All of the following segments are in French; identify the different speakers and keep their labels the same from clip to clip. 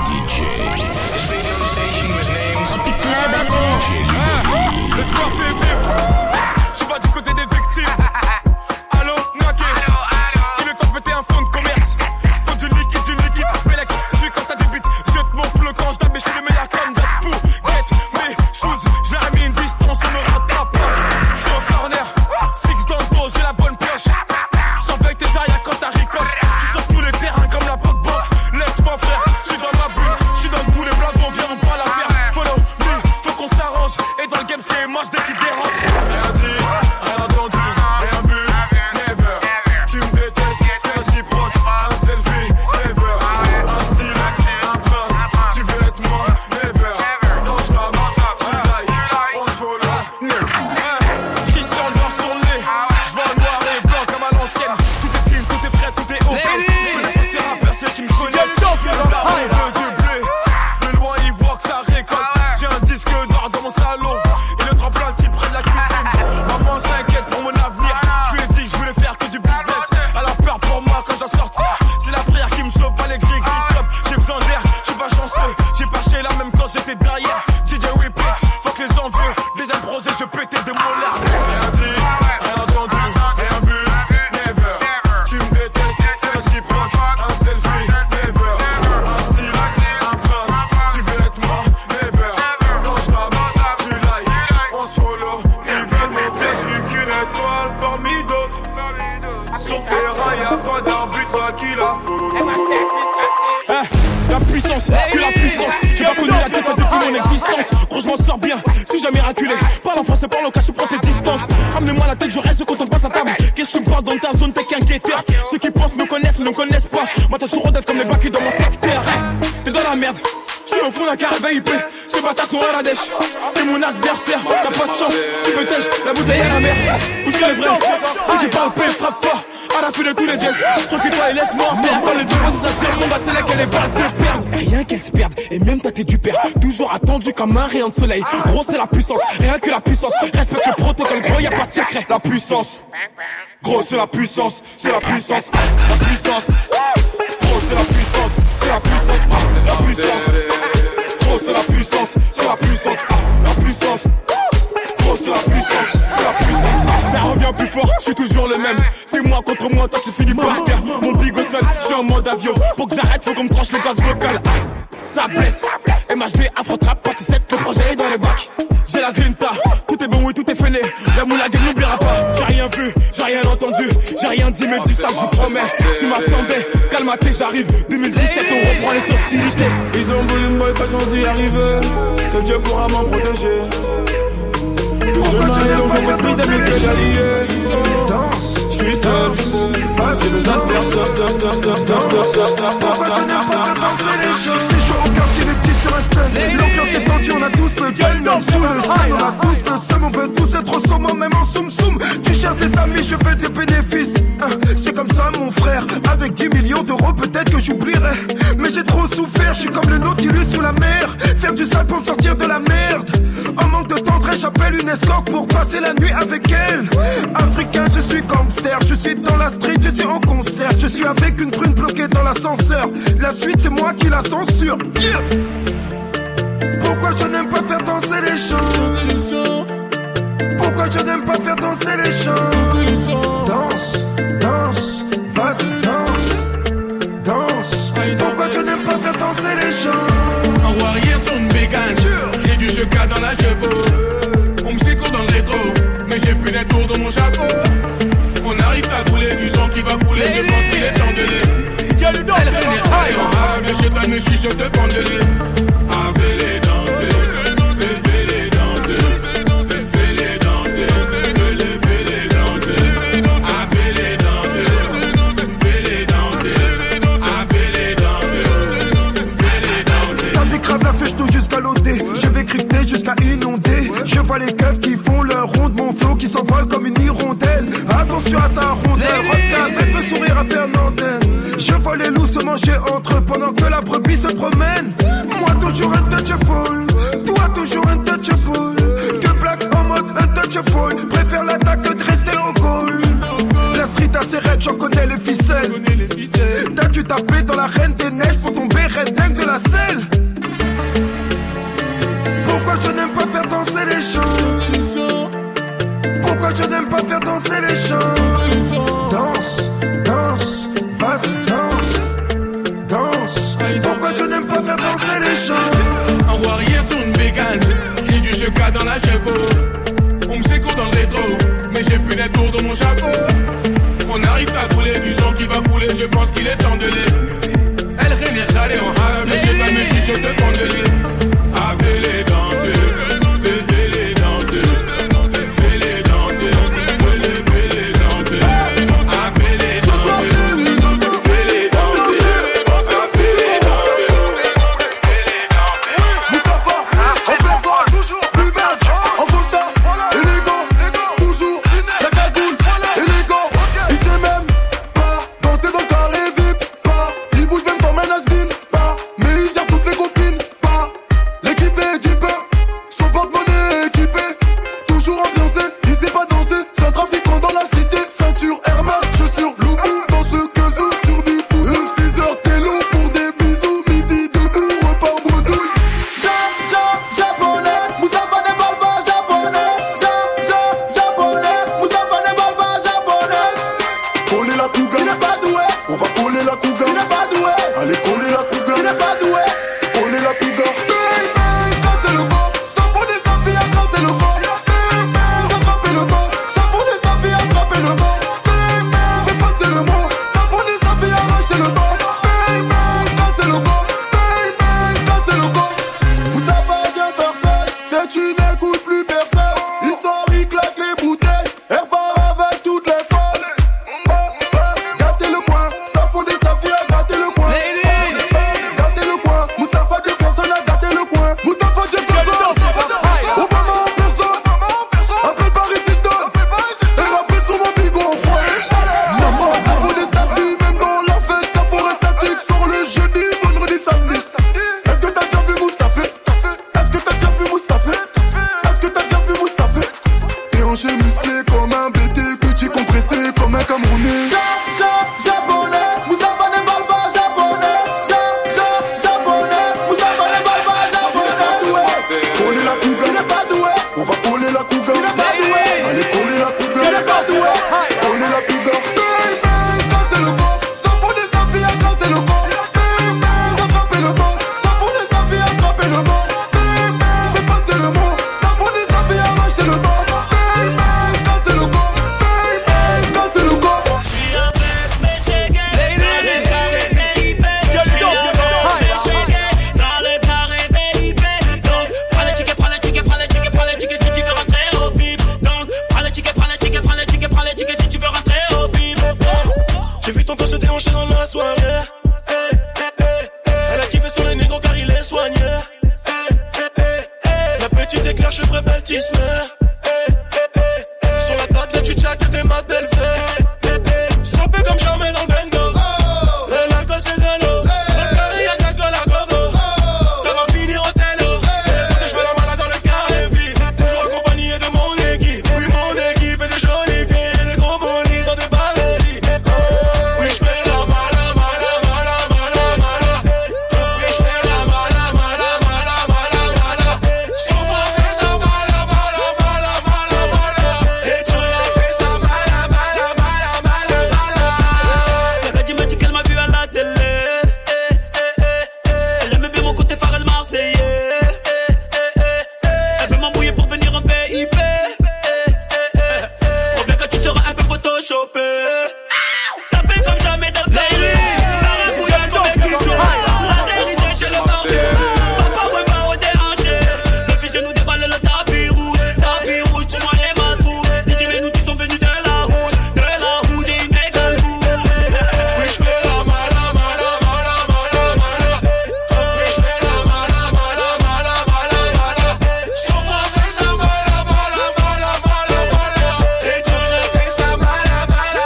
Speaker 1: Tropic Club.
Speaker 2: L'espoir fait vivre. Je suis pas du côté des victimes. Allô, Naké. Il est temps de péter un fonds de commerce. Faut du liquide, Bélec. Suis quand ça débite. Jette mon flow quand je tape, mais je suis le meilleur comme d'hab. Fou, get mes choses. J'ai remis une distance, on me rattrape pas. Je suis au corner, six dans le dos, j'ai la bonne pioche. J'sens avec tes arrières quand ça ricoche. J'suis sur tous les terrains comme la pote boss. Laisse-moi frère, j'suis dans ma bulle. J'suis dans tous les blagons, viens on pas la faire. Follow me, faut qu'on s'arrange. Et dans le game c'est moche dès qu'il dérange. Rien dit, rien entendu, rien vu, never. Tu me détestes, c'est réciproque. Un selfie, never. Un style, un prince. Tu veux être moi, never. Quand je tape, tu like, on se follow, never. Christian noir sur le nez. J'vois noir et blanc comme à l'ancienne. Tout est clean, tout est frais, tout est OP. J'connais pas ces rappeurs, ceux qui me connaissent. On veut du blé. De loin, ils voient que ça récolte. J'ai un disque d'or dans mon salon. Et le tremplin le près de la cuisine. Maman s'inquiète pour mon avenir. Je lui ai dit que je voulais faire que du business. Elle a peur pour moi quand j'en sortir. C'est la prière qui me sauve, pas les gris, stop. J'ai besoin d'air, je suis pas chanceux. J'ai pas chez là même quand j'étais derrière. DJ repeat, fuck les envieux. Deuxième projet, je pétais de molaires. Rien dit, rien entendu, rien vu, never. Tu me détestes, c'est réciproque. Un selfie, never. Un style, un prince. Tu veux être moi, never. Quand je tape, tu like, on se follow. Ils veulent me dire, je suis qu'une étoile parmi d'autres. Sur terrain, y'a pas d'arbitre à qui la follow. La puissance, que la puissance. J'ai pas connu la défaite depuis mon existence. Gros, je m'en sors bien, si j'ai miraculé. Parle en français, parle en cash, prends tes distances. Ramenez-moi la tête, je reste quand on passe à table. Qu'est-ce que tu me parles dans ta zone, t'es qu'un guetteur. Ceux qui pensent me connaissent, ne me connaissent pas. Moi, t'as toujours d'être comme les bacs dans mon secteur. T'es dans la merde. Je suis au fond d'un carré IP, ce bâtard sont à la dèche. T'es mon adversaire, t'as pas de chance. Tu peux tèche, la bouteille à la mer. Où c'est les vrais? Ceux qui parlent paix, frappe fort. À la fin de tous les jazz, recule-toi et laisse-moi faire. Quand les opposés s'attirent, mon gars, c'est là que les balles se perdent. Rien qu'elles se perdent, et même t'as t'es du père. Toujours attendu comme un rayon de soleil. Gros, c'est la puissance, rien que la puissance. Respecte le protocole, gros, y'a pas de secret. La puissance, gros, c'est la puissance, c'est la puissance. La puissance, gros, c'est la puissance, c'est la puissance. La puissance, gros, c'est la puissance, c'est la puissance. La puissance. C'est la puissance, c'est la puissance. Ça revient plus fort, je suis toujours le même. C'est moi contre moi, toi tu finis par terre. Mon bigot seul, je suis en mode avion. Pour que j'arrête, faut qu'on me tranche le gaz vocal. Ça blesse, MHD, Afro-Trap, partie 7, le projet est dans les bacs. J'ai la grinta, tout est bon, oui, tout est fêlé. La moulague n'oubliera pas. J'ai rien vu, j'ai rien entendu, j'ai rien dit, mais dis ça, je vous promets. Tu m'attendais, calme-toi, j'arrive. 2017, on reprend les sociétés. Ils ont voulu me boycotter sans y arriver. Seul Dieu pourra m'en protéger. Le chemin est long, je me prise des mille que d'alliés. Je suis seul, j'ai nos adversaires. C'est chaud au quartier, les petits sur un stand. L'ambiance est tendue, on a tous le gueule, non, sous le seum. On a tous le seum, on veut tous être au sommet, même en soum-soum. Tu cherches des amis, je fais des bénéfices. C'est comme ça, mon frère. Avec 10 millions d'euros, peut-être que j'oublierai. Mais j'ai trop souffert, je suis comme le Nautilus sous la mer. Faire du sale pour me sortir de la merde. En manque de tendresse, j'appelle une escorte pour passer la nuit avec elle. Africain, je suis gangster, je suis dans la street, je suis en concert. Je suis avec une brune bloquée dans l'ascenseur. La suite, c'est moi qui la censure. Yeah. Pourquoi je n'aime pas faire danser les gens? Pourquoi je n'aime pas faire danser les gens? Danse, danse, vas-y danse, danse. Pourquoi je n'aime pas faire danser les gens?
Speaker 3: En warrior son bécane, j'ai du cheka dans la cheveux. On me secourt dans le rétro, mais j'ai plus les tours dans mon chapeau. On arrive à couler du sang qui va couler, je pense qu'il est temps de les. Y'a le nom, elle est en le chétan me chuchote de pendeler. Avec les danser, fais les danser, fais les danser, fais les danser, avec les danser, fais les danser, avec les danser, fais les danser.
Speaker 2: T'as des craves la fèche tout jusqu'à l'OD. Je vais crypter jusqu'à inonder. Je vois les keufs qui font leur ronde, mon flow qui s'envole comme une hirondelle. Attention à ta rondelle, regarde avec le sourire à Fernandel. Je vois les loups se manger entre eux pendant que la brebis se promène. Moi toujours untouchable, toi toujours untouchable. Que black en mode untouchable, préfère l'attaque que de rester au goal. La street a ses règles, j'en connais les ficelles. T'as dû taper dans la reine des neiges pour tomber
Speaker 4: Red dingue de la selle. Pourquoi je n'aime pas faire danser les gens? Pourquoi je n'aime pas faire danser les gens? Danse, danse, vas-y danse, danse. Pourquoi je n'aime pas faire danser les gens?
Speaker 3: En warrior sous une bécane, j'ai du cheka dans la chevaux. On me secoue dans le rétro, mais j'ai plus les tours dans mon chapeau. On arrive à couler du sang qui va couler, je pense qu'il est temps de les. Elle reine est râlée en haram, mais j'ai pas me chicher ce qu'on de les. Avec les danseuses, fais les danseuses, fais les danseuses, fais les danseuses. Avec les danseuses, fais les danseuses, fais les danseuses, fais les danseuses.
Speaker 5: Mustapha, en plaisant, toujours, plus belle, en costard, élégant, toujours, la cagoule, élégant. Il sait même pas danser dans le carré VIP, pas. Il bouge même comme un has-been, pas. Mais il gère toutes les copines, pas. L'équipe est du pain, son porte-monnaie équipé. Toujours ambiancé, il sait pas danser. C'est un trafiquant dans la cité. Ceinture Hermès, chaussures Loubou. Dans ce que sur du bout. 6h télo pour des bisous. Midi debout, repart bredouille.
Speaker 6: Japonais, Mustapha ne parle pas japonais. Japonais, Mustapha ne parle pas japonais.
Speaker 5: Coller la couga,
Speaker 6: Il n'est pas doué,
Speaker 5: on va coller la couga.
Speaker 6: il n'est pas doué,
Speaker 5: Allez coller la couga,
Speaker 6: il n'est pas doué.
Speaker 5: coller la couga.
Speaker 6: Casser le banc, stop for des staffy à casser le banc. Attraper le banc, stop for des staffy à attraper le banc. Fais passer le mot, stop for des staffy à racheter le banc. Casser le banc, casser le banc.
Speaker 5: Mustapha Jefferson, dès tu n'écoutes plus personne. Il sort, il claque les bouteilles. Elle part avec toutes les folles. Gâtez le coin, Staffon des Staffy a gâté le coin. Gâtez le coin, Mustapha Jefferson a gâté le coin. Mustapha Jefferson, Obama en personne. Appelle Paris Hilton, et rappelle sur mon bigot en froid. Staffon des Staffy, même dans la fête, Staffon reste statique sur le jeudi, vendredi, samedi. Est-ce que t'as déjà vu Mustapha? Est-ce que t'as déjà vu Mustapha? Est-ce que t'as déjà vu Mustapha? Et hanché musclé comme un BT, petit compressé comme un Camerounais.
Speaker 6: Japonais, Mustapha ne parle pas japonais. Japonais, Mustapha ne parle pas japonais.
Speaker 5: Coller la couga,
Speaker 6: Il n'est pas doué,
Speaker 5: on va coller la couga.
Speaker 6: il n'est pas doué,
Speaker 5: Allez coller la couga,
Speaker 6: il n'est pas doué.
Speaker 5: coller la couga.
Speaker 6: Casser le banc, stop for des staffy à casser le banc. Attraper le banc, stop for des staffy à attraper le banc. Fais passer le mot, stop for des staffy à racheter le banc. Casser le banc, casser le banc.
Speaker 2: J'ai vu ton corps se déhancher dans la soirée. Elle a kiffé sur les négros car il est soigné. La petite éclair, cheveux belle tisme. Sur la table, là tu tchaques des maths élevées. Ça peut comme jamais dans le bendo. L'alcool c'est de l'eau. Dans le carré y'a de la gueule à gogo. Ça va finir au télo. Quand je fais la malade dans le carré vide. Toujours accompagné de mon équipe. Oui, mon équipe est des jolies filles. Des gros monis dans des barésies. Oui, je fais la mala. Oui, je fais la mala. Sur moi, fais ça mala. Et tu la fais ça mala.
Speaker 7: La radio m'a dit qu'elle m'a vu à la télé. Elle aimait bien mon côté Pharrell marseillais. Elle veut m'embrouiller pour venir en PIP. Reviens quand tu seras un peu photoshopé. Ça fait comme jamais dans le carré. Sarah Bouillard comme équipe. Laserisé chez le bordel. Papa ouais va au déhanché. Le fils de nous déballe le tapis rouge. Tapis rouge, tu moi et ma troupe. DJ les nous qui sont venus de la route. Et ils mettent un coup.
Speaker 2: Oui, je fais la mala. Oui, je fais la mala. Sur moi, fais ça mala. Et tu la fais ça mala.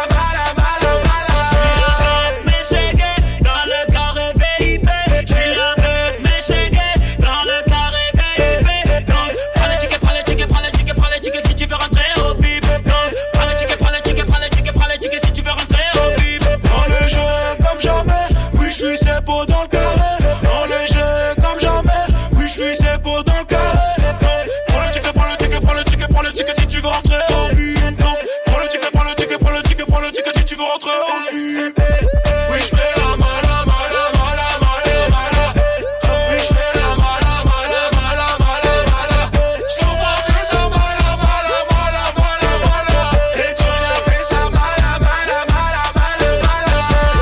Speaker 7: Mes chégués dans le carré VIP. Je suis avec mes chégués dans le carré VIP. Donc, prends les tickets si tu veux rentrer au VIP. Donc, prends les tickets si tu veux rentrer au VIP.
Speaker 2: Dans le jeu comme jamais. Oui, je suis c'est beau dans le carré.
Speaker 3: tu veux rentrer en vie. Oui, je fais la mala, mala, mala, mala, mala. Oui, je fais la mala, mala, mala, mala, mala. Sans moi, fais ça mala, mala, mala, mala, mala. Et tu l'as fait ça mala, mala, mala, mala, mala.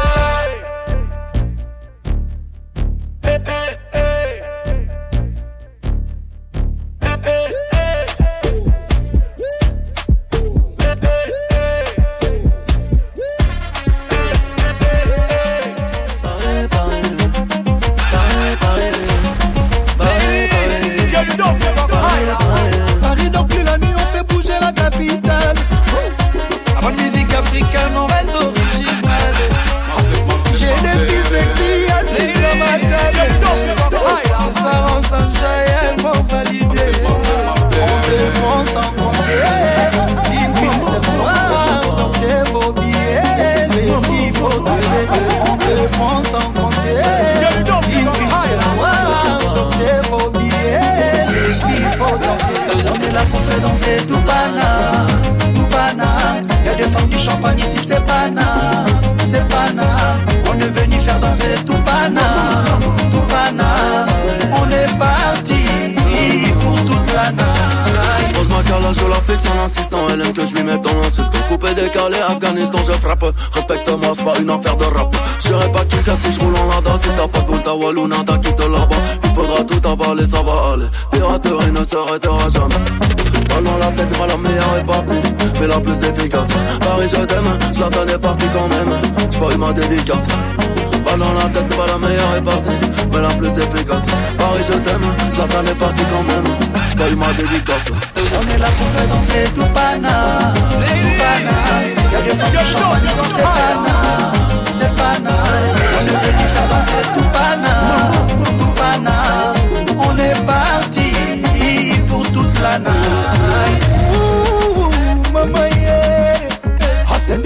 Speaker 8: Paris donc plus la nuit, on fait bouger la capitale. Avant de musique africaine, on reste original. J'ai des filles sexy assises sur ma table. Ce soir on s'enjaille, elles m'ont validé. On dépense sans compter. Une fille c'est moi, sortez vos billets. Les filles faut danser, on dépense sans compter. Une fille c'est moi, sortez vos billets. Les filles faut danser. On est là pour faire danser tout pana, tout pana. Y'a des femmes du champagne ici, c'est pana, c'est pana. On est venu faire danser tout pana, tout pana. On est parti pour toute la night.
Speaker 9: Je pose ma calage, je la fixe en insistant. Elle aime que je lui mette dans l'insulte. Coupé, décalé, Afghanistan, je frappe. Respecte-moi, c'est pas une affaire de rap. J'serai pas Kika si je roule en lada. Si t'as pas de gold, t'as Walou, nada, quitte là-bas. Il faudra tout avaler, ça va aller. Piraterie ne s'arrêtera jamais. Balle dans la tête, pas la meilleure est partie, mais la plus efficace. Paris, je t'aime, Zlatan est parti quand même. J'ai pas eu ma dédicace. Balle dans la tête, pas la meilleure est partie, mais la plus efficace. Paris, je t'aime, Zlatan est parti quand même. J'ai pas eu ma dédicace.
Speaker 8: On est là pour faire danser tout pana, tout pana. Y'a des femmes de champagne ici, c'est pana, c'est pana. On est venu faire danser tout pana, tout pana. On est parti pour toute la night. Ouh, mama yeah, Hassan.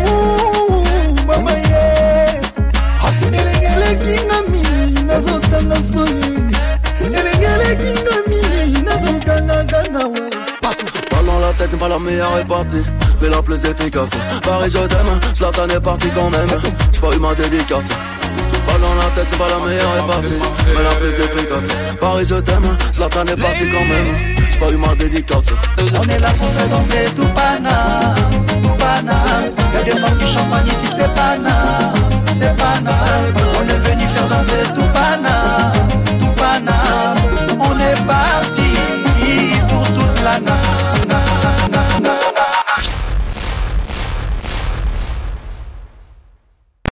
Speaker 8: Ouh, mama yeah, Hassan. Elengele kinga mimi nazota nasoyi. Elengele kinga mimi nazota nagana we.
Speaker 9: Balle dans la tête, pas la meilleure est partie, mais la plus efficace. Paris, je t'aime, Zlatan est parti quand même. J'ai pas eu ma dédicace. Balle dans la tête, pas la meilleure est partie, mais la plus efficace. Paris, je t'aime, Zlatan est parti quand même. J'ai pas eu ma dédicace.
Speaker 8: On est là pour faire danser tout pana, tout pana. Y'a des femmes du champagne ici, c'est pana, c'est pana.